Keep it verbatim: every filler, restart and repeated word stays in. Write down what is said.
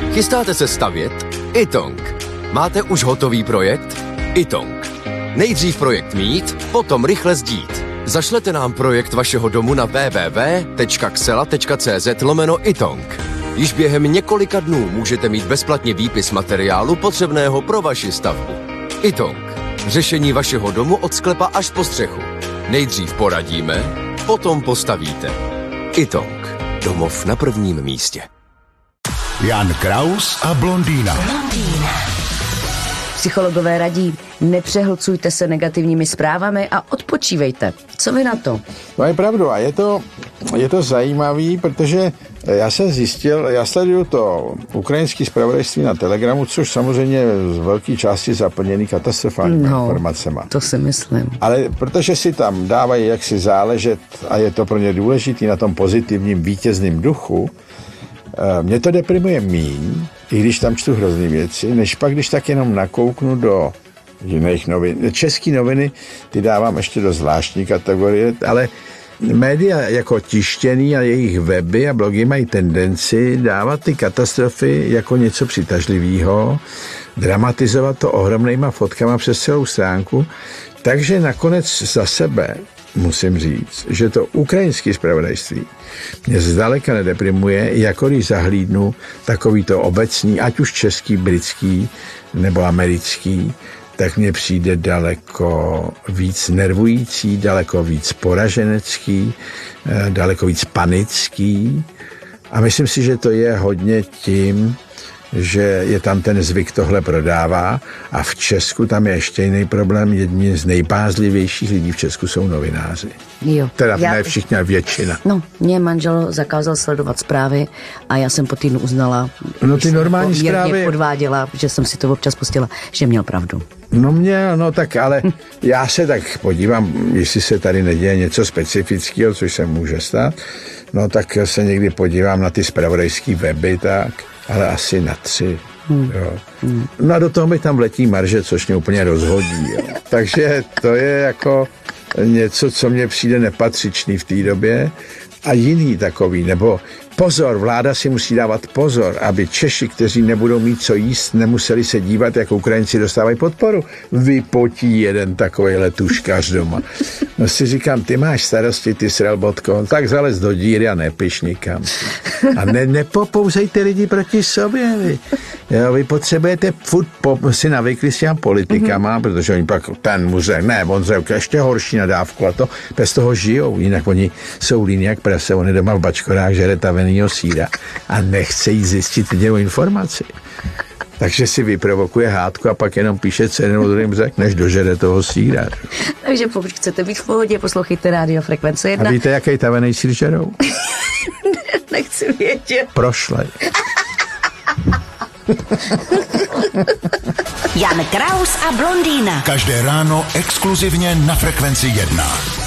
Chystáte se stavět? Itong. Máte už hotový projekt? Itong. Nejdřív projekt mít, potom rychle sdít. Zašlete nám projekt vašeho domu na w w w tečka xela tečka c z lomeno Itong. Již během několika dnů můžete mít bezplatně výpis materiálu potřebného pro vaši stavbu. Itong. Řešení vašeho domu od sklepa až po střechu. Nejdřív poradíme, potom postavíte. Itong. Domov na prvním místě. Jan Kraus a blondýna. Blondýna. Psychologové radí, nepřehlcujte se negativními zprávami a odpočívejte. Co vy na to? No je pravdu a je to, je to zajímavý, protože já jsem zjistil, já sleduju to ukrajinské zpravodajství na Telegramu, což samozřejmě z velké části zaplněný katastrofálními no, informacemi. To si myslím. Ale protože si tam dávají jaksi záležet a je to pro ně důležitý na tom pozitivním vítězným duchu, mě to deprimuje míň, i když tam čtu hrozný věci, než pak, když tak jenom nakouknu do jiných novin. České noviny, ty dávám ještě do zvláštní kategorie, ale média jako tištěný a jejich weby a blogy mají tendenci dávat ty katastrofy jako něco přitažlivého, dramatizovat to ohromnýma fotkama přes celou stránku, takže nakonec za sebe musím říct, že to ukrajinské zpravodajství mě zdaleka nedeprimuje, jako když zahlídnu takový to obecný, ať už český, britský nebo americký, tak mně přijde daleko víc nervující, daleko víc poraženecký, daleko víc panický. A myslím si, že to je hodně tím, že je tam ten zvyk tohle prodává a v Česku tam je ještě jiný problém. Jedni z nejbázlivějších lidí v Česku jsou novináři. Jo. Teda já... ne všichni, a většina. No, mě manžel zakázal sledovat zprávy a já jsem po týdnu uznala, no ty normální zprávy podváděla, že jsem si to občas pustila, že měl pravdu. No měl, no tak ale já se tak podívám, jestli se tady neděje něco specifického, což se může stát, no tak se někdy podívám na ty zpravodajský weby, tak ale asi na tři. Hmm. Jo. Hmm. No a do toho mi tam letí marže, což mě úplně rozhodí. Jo. Takže to je jako něco, co mně přijde nepatřičný v té době. A jiný takový, nebo pozor, vláda si musí dávat pozor, aby Češi, kteří nebudou mít co jíst, nemuseli se dívat, jak Ukrajinci dostávají podporu. Vypotí jeden takovej letuškař doma. No si říkám, ty máš starosti, ty srelbotko, tak zalez do díry a nepiš nikam. A ne, nepopouzejte lidi proti sobě. Vy, jo, vy potřebujete furt po, si navykli s těm politikama, mm-hmm. protože oni pak ten muzej, ne, on řekl ještě horší nadávku a to, bez toho žijou, jinak oni jsou líní jak prase, on je doma v bačkorách, žere tavenýho sýra a nechce jí zjistit jedinou informaci. Takže si vyprovokuje hádku a pak jenom píše, co jeden od druhým řekne, než dožere toho sýra. Takže pokud chcete být v pohodě, poslouchejte Rádio Frekvence jedna. A víte, jaký tavený sýr žerou? Nechci vědět. Prošlej. Jan Kraus a blondýna. Každé ráno exkluzivně na Frekvenci jedna.